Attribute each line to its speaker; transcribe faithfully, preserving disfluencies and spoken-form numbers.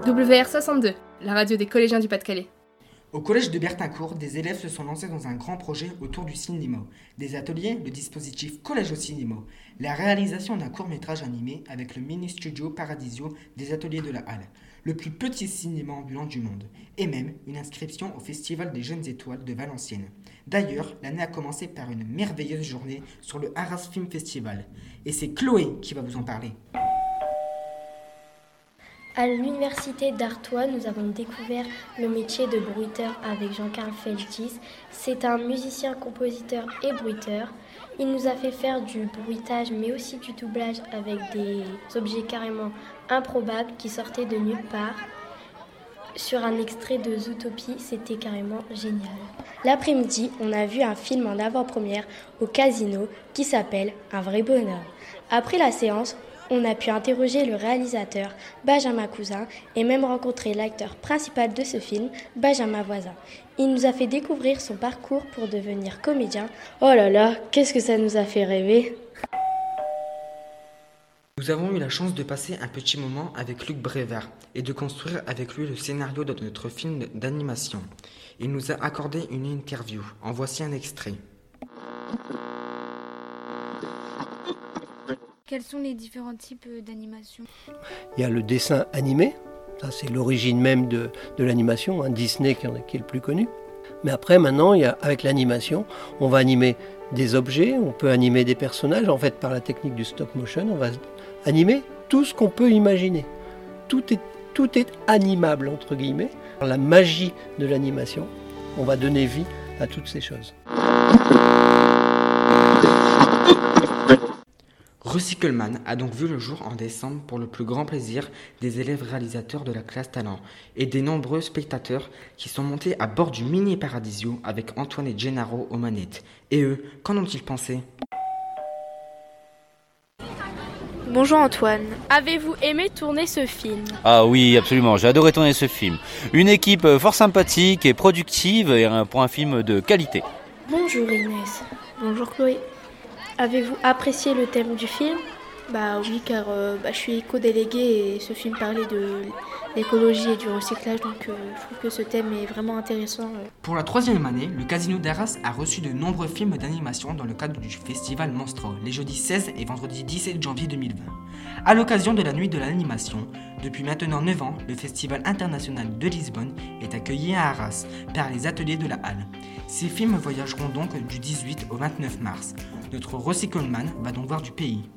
Speaker 1: W R soixante-deux, la radio des collégiens du Pas-de-Calais.
Speaker 2: Au collège de Bertincourt, des élèves se sont lancés dans un grand projet autour du cinéma. Des ateliers, le dispositif Collège au cinéma, la réalisation d'un court-métrage animé avec le mini-studio Paradisio des ateliers de la Halle, le plus petit cinéma ambulant du monde, et même une inscription au Festival des Jeunes Étoiles de Valenciennes. D'ailleurs, l'année a commencé par une merveilleuse journée sur le Arras Film Festival. Et c'est Chloé qui va vous en parler.
Speaker 3: À l'université d'Artois, nous avons découvert le métier de bruiteur avec Jean-Carl Feltis. C'est un musicien, compositeur et bruiteur. Il nous a fait faire du bruitage mais aussi du doublage avec des objets carrément improbables qui sortaient de nulle part. Sur un extrait de Zootopie, c'était carrément génial. L'après-midi, on a vu un film en avant-première au Casino qui s'appelle Un vrai bonheur. Après la séance, on a pu interroger le réalisateur, Benjamin Cousin, et même rencontrer l'acteur principal de ce film, Benjamin Voisin. Il nous a fait découvrir son parcours pour devenir comédien. Oh là là, qu'est-ce que ça nous a fait rêver!
Speaker 2: Nous avons eu la chance de passer un petit moment avec Luc Brévert et de construire avec lui le scénario de notre film d'animation. Il nous a accordé une interview. En voici un extrait.
Speaker 4: Quels sont les différents types d'animation ?
Speaker 5: Il y a le dessin animé, ça c'est l'origine même de, de l'animation, hein, Disney qui, en est, qui est le plus connu. Mais après, maintenant, il y a, avec l'animation, on va animer des objets, on peut animer des personnages. En fait, par la technique du stop motion, on va animer tout ce qu'on peut imaginer. Tout est, tout est animable, entre guillemets. Par la magie de l'animation, on va donner vie à toutes ces choses.
Speaker 2: Recycleman a donc vu le jour en décembre pour le plus grand plaisir des élèves réalisateurs de la classe Talent et des nombreux spectateurs qui sont montés à bord du mini Paradisio avec Antoine et Gennaro aux manettes. Et eux, qu'en ont-ils pensé ?
Speaker 4: Bonjour Antoine.
Speaker 3: Avez-vous aimé tourner ce film ?
Speaker 6: Ah oui, absolument, j'ai adoré tourner ce film. Une équipe fort sympathique et productive et pour un film de qualité.
Speaker 3: Bonjour Inès. Bonjour Chloé. Avez-vous apprécié le thème du film ?
Speaker 4: Bah oui, car euh, bah, je suis éco-déléguée et ce film parlait de l'écologie et du recyclage, donc euh, je trouve que ce thème est vraiment intéressant. Euh.
Speaker 2: Pour la troisième année, le Casino d'Arras a reçu de nombreux films d'animation dans le cadre du festival Monstro, les jeudis seize et vendredi dix-sept janvier deux mille vingt. À l'occasion de la nuit de l'animation, depuis maintenant neuf ans, le Festival international de Lisbonne est accueilli à Arras par les ateliers de la Halle. Ces films voyageront donc du dix-huit au vingt-neuf mars. Notre Recycleman va donc voir du pays.